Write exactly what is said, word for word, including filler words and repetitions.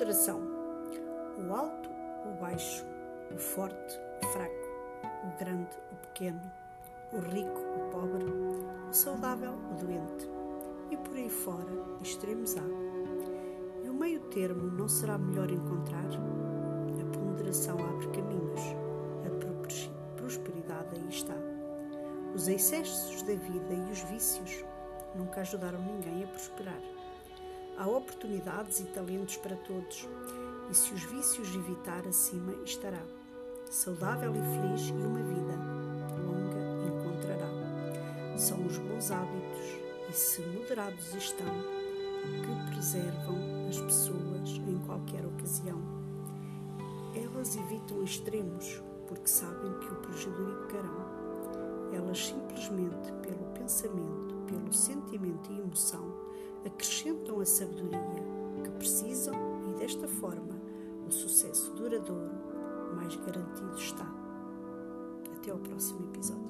ponderação: o alto, o baixo, o forte, o fraco, o grande, o pequeno, o rico, o pobre, o saudável, o doente, e por aí fora, extremos há. E o meio termo não será melhor encontrar? A ponderação abre caminhos, a prosperidade aí está. Os excessos da vida e os vícios nunca ajudaram ninguém a prosperar. Há oportunidades e talentos para todos, e se os vícios evitar, acima estará. Saudável e feliz, e uma vida longa encontrará. São os bons hábitos, e se moderados estão, que preservam as pessoas em qualquer ocasião. Elas evitam extremos, porque sabem que o prejudicarão. Elas simplesmente, pelo pensamento, pelo sentimento e emoção, acrescentam a sabedoria que precisam e, desta forma, o sucesso duradouro mais garantido está. Até ao próximo episódio.